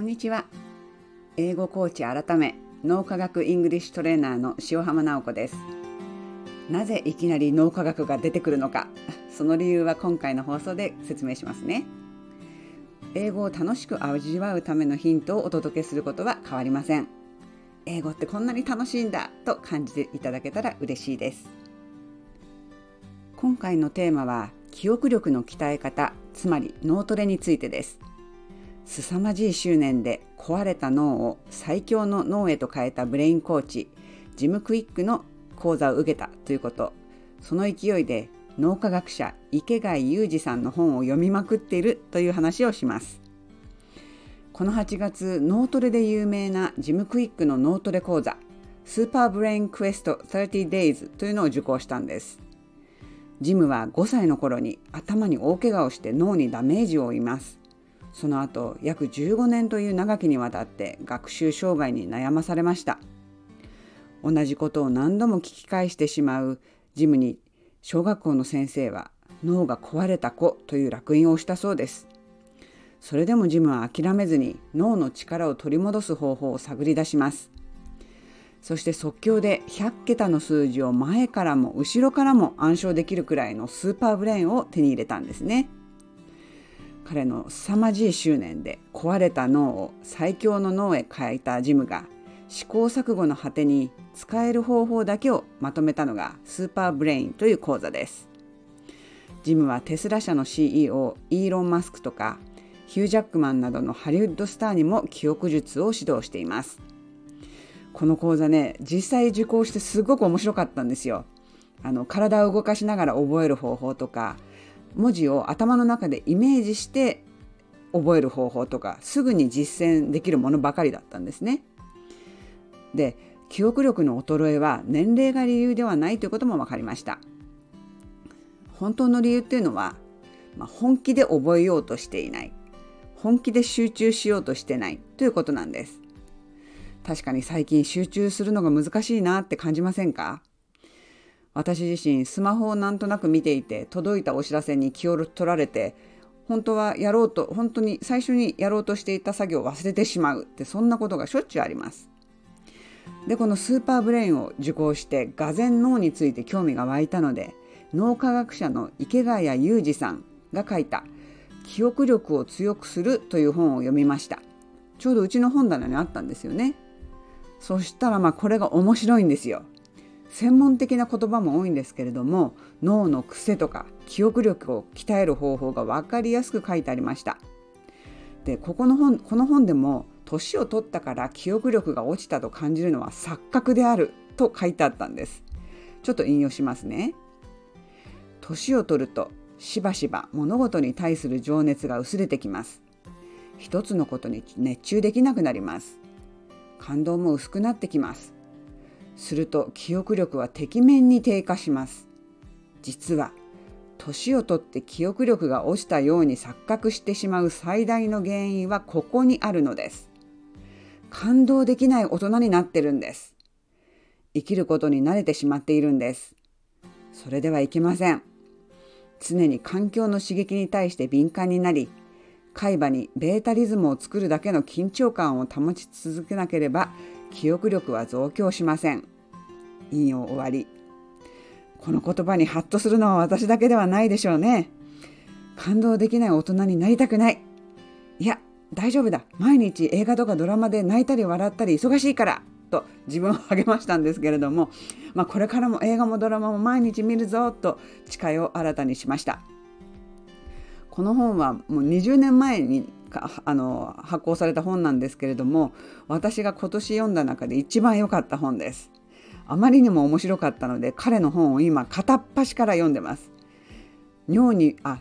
こんにちは。英語コーチ改め脳科学イングリッシュトレーナーの塩浜直子です。なぜいきなり脳科学が出てくるのか、その理由は今回の放送で説明しますね。英語を楽しく味わうためのヒントをお届けすることは変わりません。英語ってこんなに楽しいんだと感じていただけたら嬉しいです。今回のテーマは記憶力の鍛え方、つまり脳トレについてです。凄まじい執念で壊れた脳を最強の脳へと変えたブレインコーチ、ジム・クイックの講座を受けたということ、その勢いで脳科学者池谷裕二さんの本を読みまくっているという話をします。この8月、脳トレで有名なジム・クイックの脳トレ講座、スーパーブレインクエスト30 days というのを受講したんです。ジムは5歳の頃に頭に大怪我をして脳にダメージを負います。その後、約15年という長きにわたって学習障害に悩まされました。同じことを何度も聞き返してしまうジムに、小学校の先生は脳が壊れた子という烙印をしたそうです。それでもジムは諦めずに脳の力を取り戻す方法を探り出します。そして即興で100桁の数字を前からも後ろからも暗唱できるくらいのスーパーブレインを手に入れたんですね。彼の凄まじい執念で壊れた脳を最強の脳へ変えたジムが試行錯誤の果てに使える方法だけをまとめたのがスーパーブレインという講座です。ジムはテスラ社の CEO イーロン・マスクとかヒュー・ジャックマンなどのハリウッドスターにも記憶術を指導しています。この講座ね、実際受講してすごく面白かったんですよ。体を動かしながら覚える方法とか、文字を頭の中でイメージして覚える方法とか、すぐに実践できるものばかりだったんですね。で、記憶力の衰えは年齢が理由ではないということも分かりました。本当の理由っていうのは、本気で覚えようとしていない、本気で集中しようとしてないということなんです。確かに最近集中するのが難しいなって感じませんか？私自身スマホをなんとなく見ていて、届いたお知らせに気を取られて、本当に最初にやろうとしていた作業を忘れてしまうって、そんなことがしょっちゅうあります。で、このスーパーブレインを受講して俄然脳について興味が湧いたので、脳科学者の池谷裕二さんが書いた記憶力を強くするという本を読みました。ちょうどうちの本棚にあったんですよね。そしたらこれが面白いんですよ。専門的な言葉も多いんですけれども、脳の癖とか記憶力を鍛える方法が分かりやすく書いてありました。で、この本でも、年を取ったから記憶力が落ちたと感じるのは錯覚であると書いてあったんです。ちょっと引用しますね。年を取るとしばしば物事に対する情熱が薄れてきます。一つのことに熱中できなくなります。感動も薄くなってきます。すると記憶力はてきめんに低下します。実は年をとって記憶力が落ちたように錯覚してしまう最大の原因はここにあるのです。感動できない大人になってるんです。生きることに慣れてしまっているんです。それではいけません。常に環境の刺激に対して敏感になり、海馬にベータリズムを作るだけの緊張感を保ち続けなければ記憶力は増強しません。引用終わり。この言葉にハッとするのは私だけではないでしょうね。感動できない大人になりたくない。いや、大丈夫だ。毎日映画とかドラマで泣いたり笑ったり忙しいからと自分を励ましたんですけれども、これからも映画もドラマも毎日見るぞと誓いを新たにしました。この本はもう20年前に発行された本なんですけれども、私が今年読んだ中で一番良かった本です。あまりにも面白かったので、彼の本を今片っ端から読んでます。脳には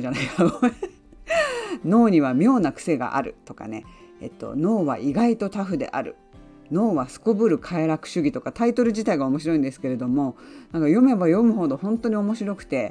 妙な癖があるとかね、脳は意外とタフである、脳はすこぶる快楽主義とか、タイトル自体が面白いんですけれども、読めば読むほど本当に面白くて、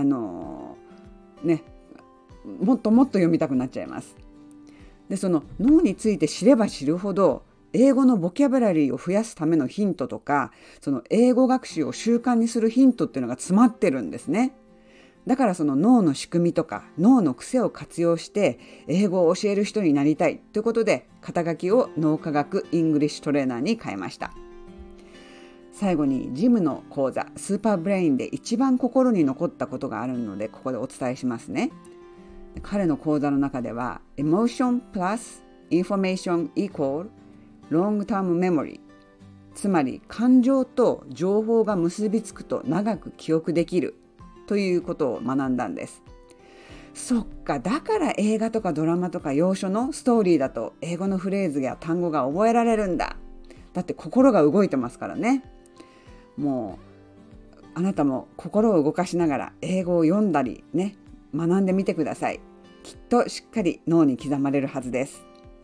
もっともっと読みたくなっちゃいます。で、その脳について知れば知るほど、英語のボキャブラリーを増やすためのヒントとか、その英語学習を習慣にするヒントっていうのが詰まってるんですね。 だからその脳の仕組みとか脳の癖を活用して英語を教える人になりたいということで、肩書きを脳科学イングリッシュトレーナーに変えました。最後にジムの講座スーパーブレインで一番心に残ったことがあるので、ここでお伝えしますね。彼の講座の中では Emotion plus Information equal Long term memory、 つまり感情と情報が結びつくと長く記憶できるということを学んだんです。そっか、だから映画とかドラマとか洋書のストーリーだと英語のフレーズや単語が覚えられるんだ。だって心が動いてますからね。もうあなたも心を動かしながら英語を読んだりね、学んでみてください。きっとしっかり脳に刻まれるはずです。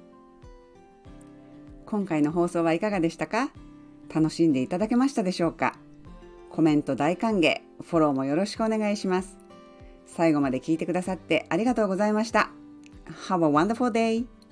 今回の放送はいかがでしたか？楽しんでいただけましたでしょうか？コメント大歓迎、フォローもよろしくお願いします。最後まで聞いてくださってありがとうございました。Have a wonderful day!